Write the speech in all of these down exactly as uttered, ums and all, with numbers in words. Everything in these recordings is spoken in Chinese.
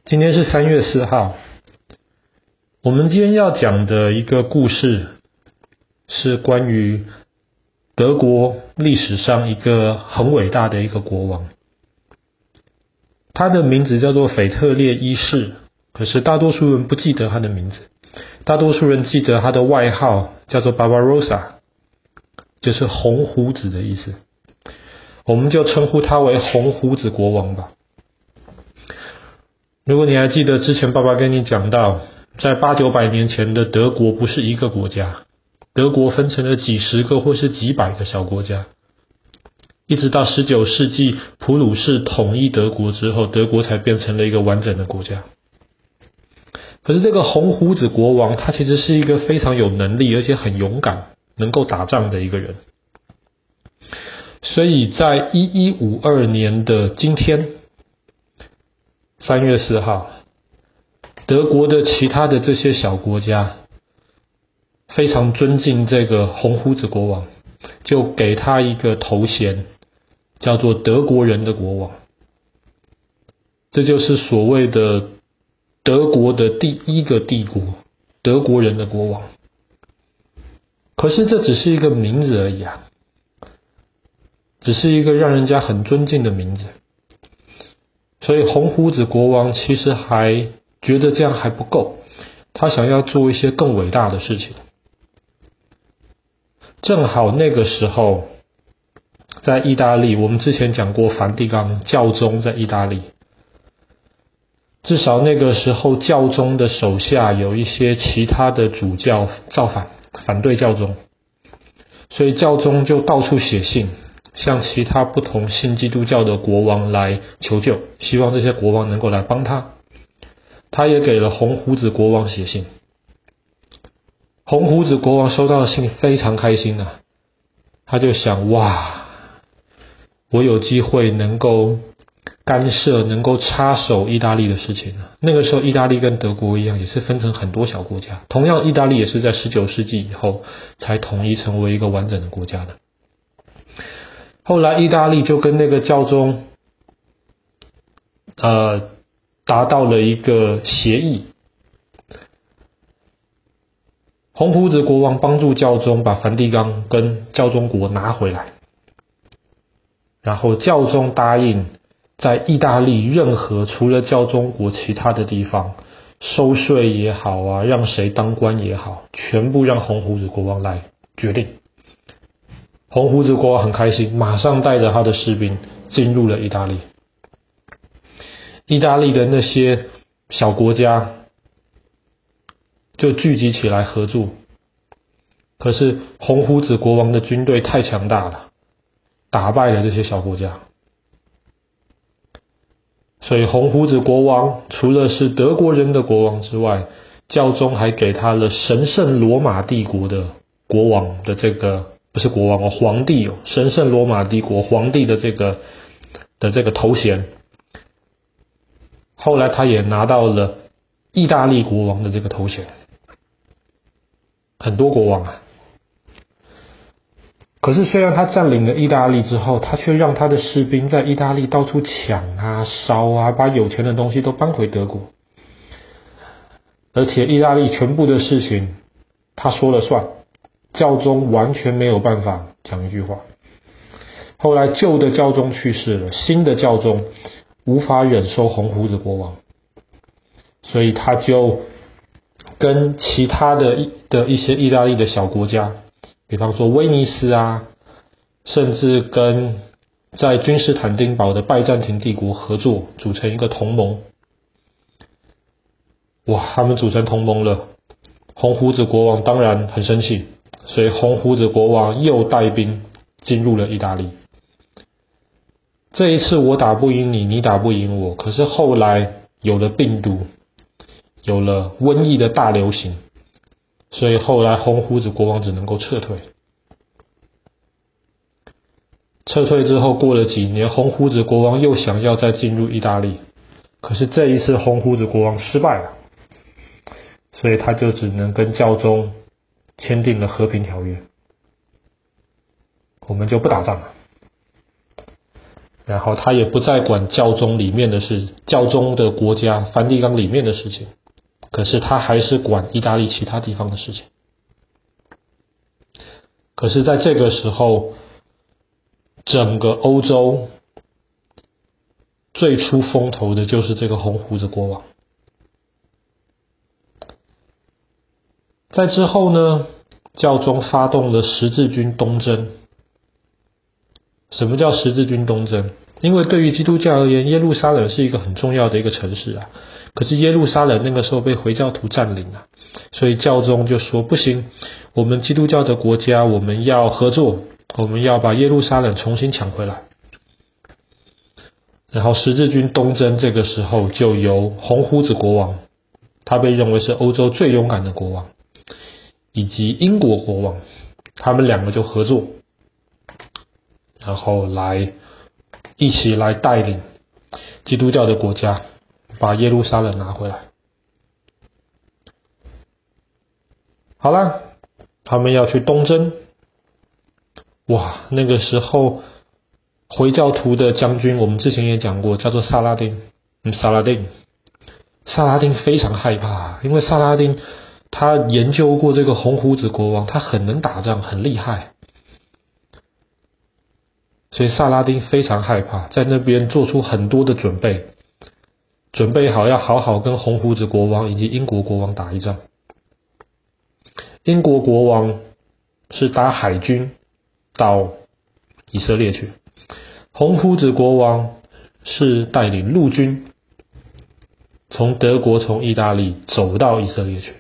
今天是三月四号，我们今天要讲的一个故事是关于德国历史上一个很伟大的一个国王，他的名字叫做腓特烈一世，可是大多数人不记得他的名字，大多数人记得他的外号叫做 Barbarossa， 就是红胡子的意思，我们就称呼他为红胡子国王吧。如果你还记得之前爸爸跟你讲到，在八九百年前的德国不是一个国家，德国分成了几十个或是几百个小国家，一直到十九世纪普鲁士统一德国之后，德国才变成了一个完整的国家。可是这个红胡子国王他其实是一个非常有能力而且很勇敢能够打仗的一个人，所以在一一五二年的今天三月四号，德国的其他的这些小国家非常尊敬这个红胡子国王，就给他一个头衔，叫做德国人的国王。这就是所谓的德国的第一个帝国，德国人的国王。可是这只是一个名字而已啊，只是一个让人家很尊敬的名字。所以红胡子国王其实还觉得这样还不够，他想要做一些更伟大的事情。正好那个时候在意大利，我们之前讲过梵蒂冈教宗在意大利，至少那个时候教宗的手下有一些其他的主教造反，反对教宗，所以教宗就到处写信向其他不同信基督教的国王来求救，希望这些国王能够来帮他。他也给了红胡子国王写信，红胡子国王收到的信非常开心啊，他就想，哇，我有机会能够干涉，能够插手意大利的事情啊。那个时候意大利跟德国一样，也是分成很多小国家，同样意大利也是在十九世纪以后才统一成为一个完整的国家的。后来意大利就跟那个教宗呃达到了一个协议，红胡子国王帮助教宗把梵蒂冈跟教宗国拿回来，然后教宗答应在意大利任何除了教宗国其他的地方收税也好啊，让谁当官也好，全部让红胡子国王来决定。红胡子国王很开心，马上带着他的士兵进入了意大利。意大利的那些小国家就聚集起来合作，可是红胡子国王的军队太强大了，打败了这些小国家。所以红胡子国王除了是德国人的国王之外，教宗还给他了神圣罗马帝国的国王的这个，不是国王哦，皇帝哦，神圣罗马帝国皇帝的这个的这个头衔。后来他也拿到了意大利国王的这个头衔，很多国王啊。可是虽然他占领了意大利之后，他却让他的士兵在意大利到处抢啊、烧啊，把有钱的东西都搬回德国。而且意大利全部的事情他说了算，教宗完全没有办法讲一句话。后来旧的教宗去世了，新的教宗无法忍受红胡子国王，所以他就跟其他的的一些意大利的小国家，比方说威尼斯啊，甚至跟在君士坦丁堡的拜占庭帝国合作，组成一个同盟。哇，他们组成同盟了，红胡子国王当然很生气，所以红胡子国王又带兵进入了意大利。这一次我打不赢你，你打不赢我，可是后来有了病毒，有了瘟疫的大流行，所以后来红胡子国王只能够撤退。撤退之后过了几年，红胡子国王又想要再进入意大利，可是这一次红胡子国王失败了，所以他就只能跟教宗签订了和平条约，我们就不打仗了。 然后他也不再管教宗里面的事，教宗的国家梵蒂冈里面的事情，可是他还是管意大利其他地方的事情。可是在这个时候，整个欧洲最出风头的就是这个红胡子国王。在之后呢，教宗发动了十字军东征。什么叫十字军东征？因为对于基督教而言，耶路撒冷是一个很重要的一个城市啊。可是耶路撒冷那个时候被回教徒占领了，所以教宗就说不行，我们基督教的国家我们要合作，我们要把耶路撒冷重新抢回来。然后十字军东征这个时候就由红胡子国王，他被认为是欧洲最勇敢的国王，以及英国国王，他们两个就合作，然后来一起来带领基督教的国家把耶路撒冷拿回来。好了，他们要去东征。哇，那个时候回教徒的将军我们之前也讲过，叫做萨拉丁。嗯，萨拉丁萨拉丁非常害怕，因为萨拉丁他研究过这个红胡子国王，他很能打仗，很厉害，所以萨拉丁非常害怕，在那边做出很多的准备，准备好要好好跟红胡子国王以及英国国王打一仗。英国国王是打海军到以色列去，红胡子国王是带领陆军从德国从意大利走到以色列去。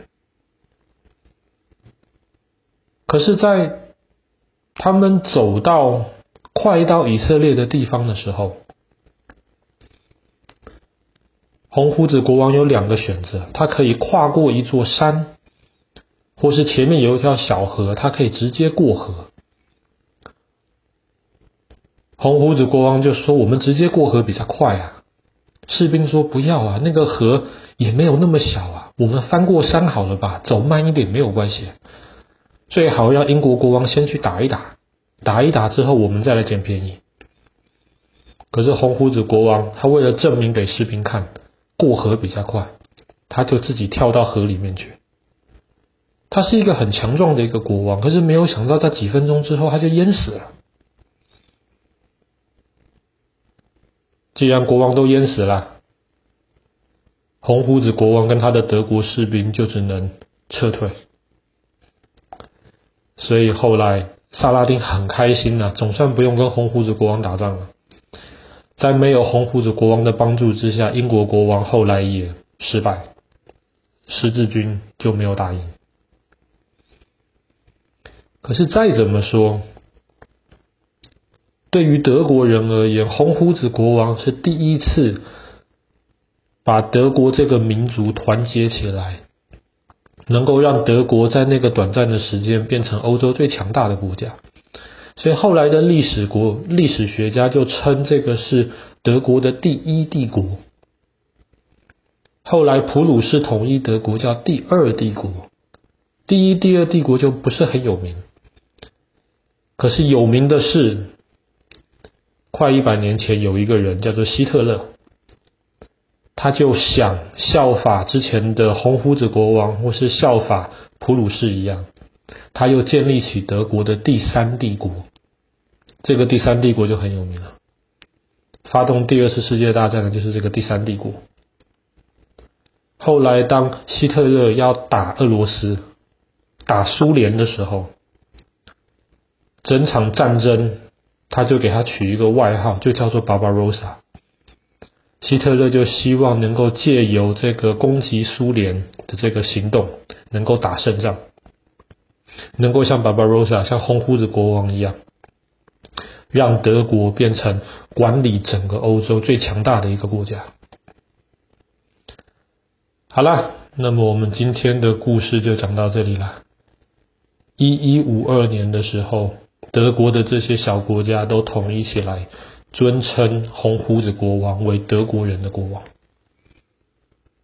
可是在他们走到快到以色列的地方的时候，红胡子国王有两个选择，他可以跨过一座山，或是前面有一条小河，他可以直接过河。红胡子国王就说我们直接过河比较快啊。士兵说不要啊，那个河也没有那么小啊，我们翻过山好了吧，走慢一点没有关系，最好要英国国王先去打一打，打一打之后我们再来捡便宜。可是红胡子国王他为了证明给士兵看过河比较快，他就自己跳到河里面去。他是一个很强壮的一个国王，可是没有想到在几分钟之后他就淹死了。既然国王都淹死了，红胡子国王跟他的德国士兵就只能撤退。所以后来萨拉丁很开心啊，总算不用跟红胡子国王打仗了。在没有红胡子国王的帮助之下，英国国王后来也失败，十字军就没有打赢。可是再怎么说，对于德国人而言，红胡子国王是第一次把德国这个民族团结起来，能够让德国在那个短暂的时间变成欧洲最强大的国家。所以后来的历史国历史学家就称这个是德国的第一帝国。后来普鲁士统一德国叫第二帝国，第一、第二帝国就不是很有名。可是有名的是，快一百年前有一个人叫做希特勒，他就想效法之前的红胡子国王或是效法普鲁士一样，他又建立起德国的第三帝国。这个第三帝国就很有名了，发动第二次世界大战的就是这个第三帝国。后来当希特勒要打俄罗斯打苏联的时候，整场战争他就给他取一个外号，就叫做 Barbarossa。 希特勒就希望能够借由这个攻击苏联的这个行动能够打胜仗，能够像 Barbarossa 像红胡子国王一样，让德国变成管理整个欧洲最强大的一个国家。好了，那么我们今天的故事就讲到这里了。一一五二年的时候，德国的这些小国家都统一起来，尊称红胡子国王为德国人的国王。